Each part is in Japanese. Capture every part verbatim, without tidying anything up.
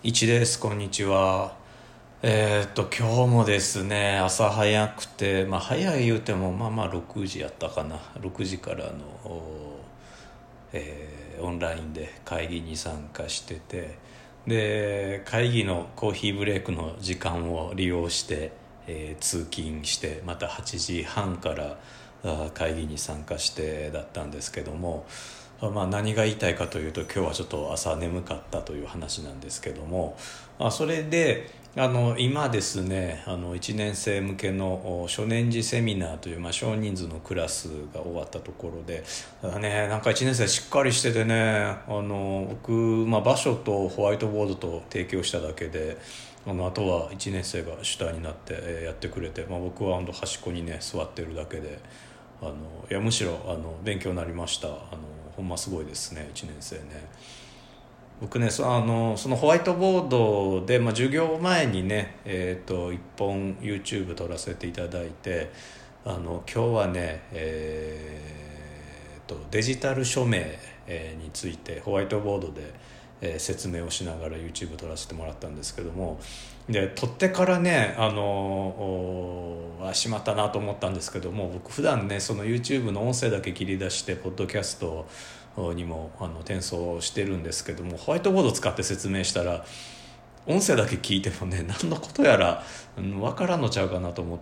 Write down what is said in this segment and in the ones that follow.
一です。こんにちは。えーっと今日もですね、朝早くて、まあ早い言うてもまあまあろくじやったかな。ろくじからの、おえーオンラインで会議に参加してて、で会議のコーヒーブレイクの時間を利用して、えー通勤して、またはちじはんからあ会議に参加してだったんですけども、まあ、何が言いたいかというと、今日はちょっと朝眠かったという話なんですけども、まあ、それであの今ですね、あのいちねん生向けの初年次セミナーという、まあ、少人数のクラスが終わったところで、ただね、なんかいちねん生しっかりしててね、あの僕、まあ、場所とホワイトボードと提供しただけで、あのあとはいちねん生が主体になってえーやってくれて、まあ、僕は端っこにね座ってるだけで、あのいやむしろあの勉強になりました。あのほんますごいですね、いちねん生ね。僕ね、そあのそのホワイトボードで、まあ、授業前にね、えー、といっぽん YouTube 撮らせていただいて、あの今日はね、えー、とデジタル署名えーについてホワイトボードで、えー説明をしながら YouTube 撮らせてもらったんですけども、で撮ってからね、あのおあしまったなと思ったんですけども、僕普段ねその YouTube の音声だけ切り出してポッドキャストにもあの転送してるんですけども、ホワイトボード使って説明したら音声だけ聞いてもね、何のことやら分からんのちゃうかなと思って、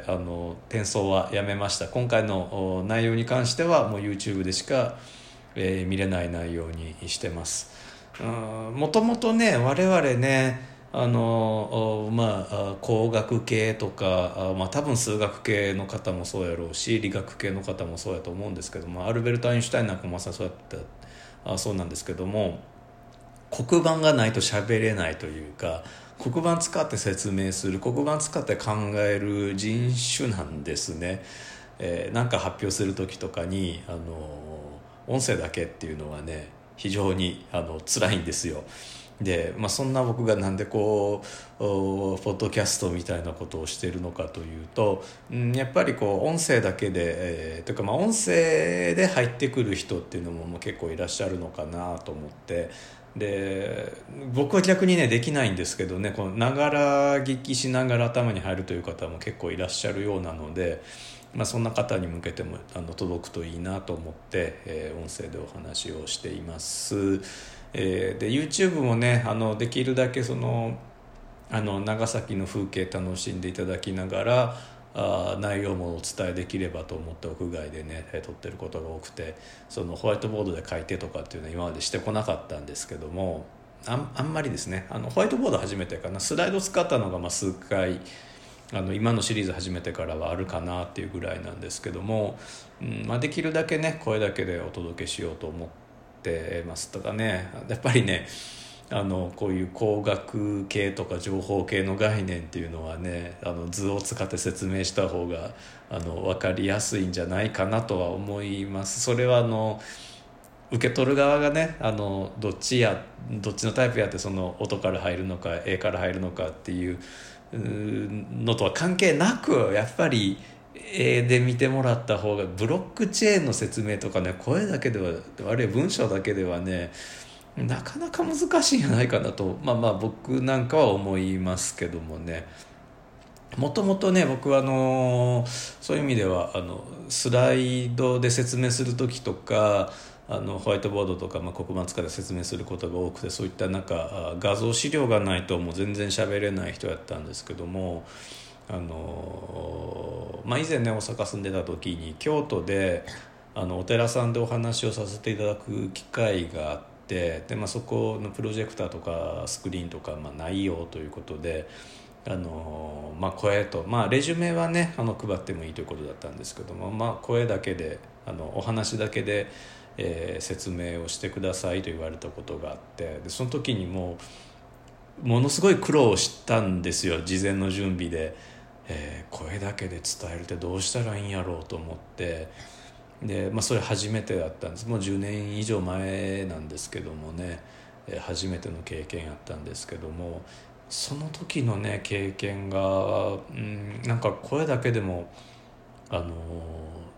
あの転送はやめました。今回の内容に関してはもう YouTube でしか、えー見れない内容にしてます。もともとね、我々ね、あのまあ工学系とか、まあ、多分数学系の方もそうやろうし、理学系の方もそうやと思うんですけども、アルベルト・アインシュタインなんかもまさにそうやったあそうなんですけども、黒板がないと喋れないというか、黒板使って説明する、黒板使って考える人種なんですね。えー、なんか発表する時とかに、あの音声だけっていうのはね、非常にあの辛いんですよ。で、まあ、そんな僕がなんでこうポッドキャストみたいなことをしているのかというと、うん、やっぱりこう音声だけで、えー、というかまあ音声で入ってくる人っていうのも結構いらっしゃるのかなと思って、で僕は逆にねできないんですけどね、このながら聞きしながら頭に入るという方も結構いらっしゃるようなので、まあ、そんな方に向けてもあの届くといいなと思って、えー音声でお話をしています。えーで YouTube もね、あのできるだけそのあの長崎の風景楽しんでいただきながら、あ内容もお伝えできればと思って屋外でね撮ってることが多くて、そのホワイトボードで書いてとかっていうのは今までしてこなかったんですけども、あんあんまりですね、あのホワイトボード初めてかな、スライド使ったのがまあ数回、あの今のシリーズ始めてからはあるかなっていうぐらいなんですけども、うんまあ、できるだけね声だけでお届けしようと思ってます。ただね、やっぱりね、あのこういう工学系とか情報系の概念っていうのはね、あの図を使って説明した方があの分かりやすいんじゃないかなとは思います。それはあの受け取る側がね、あのどっちやどっちのタイプやって、その音から入るのか A から入るのかっていうのとは関係なく、やっぱり絵で見てもらった方が、ブロックチェーンの説明とかね、声だけでは、あるいは文章だけではね、なかなか難しいんじゃないかなと、まあまあ僕なんかは思いますけどもね。もともとね、僕はあのそういう意味ではあのスライドで説明する時とか、あのホワイトボードとか、まあ、黒板使って説明することが多くて、そういったなんか画像資料がないともう全然喋れない人やったんですけども、あの、まあ、以前ね大阪住んでた時に京都であのお寺さんでお話をさせていただく機会があって、で、まあ、そこのプロジェクターとかスクリーンとか、まあ、ないよということで、あのまあ、声と、まあ、レジュメはねあの配ってもいいということだったんですけども、まあ、声だけで、あのお話だけで、えー説明をしてくださいと言われたことがあって、でその時にもうものすごい苦労をしたんですよ、事前の準備で。えー声だけで伝えるってどうしたらいいんやろうと思って、で、まあ、それ初めてだったんです。もうじゅうねん以上前なんですけどもね、えー初めての経験やったんですけども、その時のね経験が、うん、なんか声だけでもあの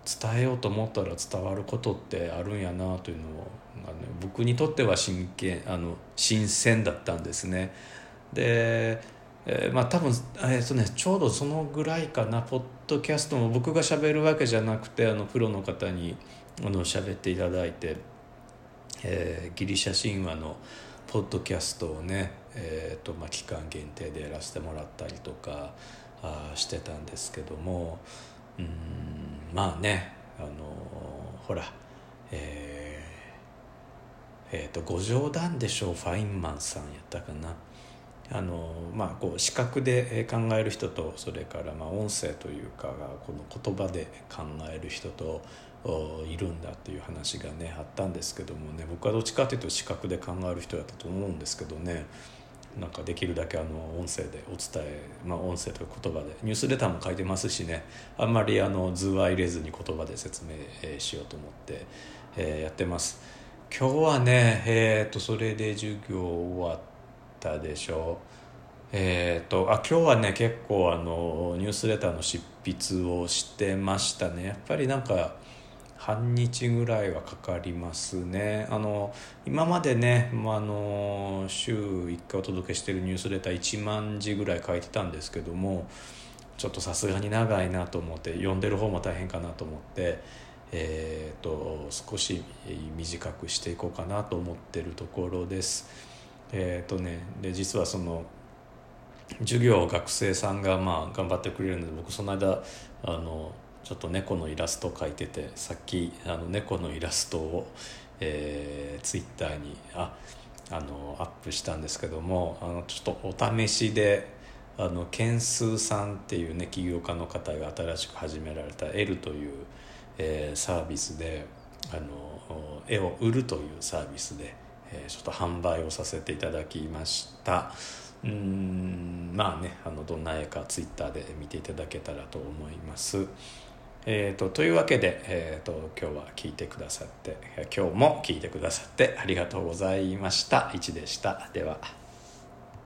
伝えようと思ったら伝わることってあるんやなというのがね、僕にとっては真剣あの新鮮だったんですね。で、えーまあ多分、えーとね、ちょうどそのぐらいかな。ポッドキャストも僕が喋るわけじゃなくて、あのプロの方にあの喋っていただいて、えーギリシャ神話のポッドキャストをね、えーとまあ、期間限定でやらせてもらったりとかあしてたんですけども、うーんまあね、あのほら、えーえーと五条談でしょう、ファインマンさんやったかな。あのまあ、こう視覚で考える人と、それからまあ音声というかこの言葉で考える人といるんだっていう話がねあったんですけどもね、僕はどっちかというと視覚で考える人だったと思うんですけどね、なんかできるだけあの音声でお伝え、まあ、音声という言葉でニュースレターも書いてますしね、あんまりあの図は入れずに言葉で説明しようと思って、えー、やってます。今日はね、えー、とそれで授業終わったでしょう。えー、とあ今日はね結構あのニュースレターの執筆をしてましたね。やっぱりなんか半日ぐらいはかかりますね。あの今までね、まあ、あの週いっかいお届けしてるニュースレターいちまんじぐらい書いてたんですけども、ちょっとさすがに長いなと思って、読んでる方も大変かなと思って、えー、と少し短くしていこうかなと思ってるところです。えーとね、で実はその授業学生さんがまあ頑張ってくれるので、僕その間あのちょっと猫のイラストを描いてて、さっきあの猫のイラストを、えー、ツイッターにああのアップしたんですけども、あのちょっとお試しであのケンスーさんっていうね起業家の方が新しく始められた L という、えー、サービスであの絵を売るというサービスで、えー、ちょっと販売をさせていただきました。うーんまあね、あのどんな絵かツイッターで見ていただけたらと思います。えー、とというわけで、えー、と今日は聞いてくださって今日も聞いてくださってありがとうございました。いちでした。では。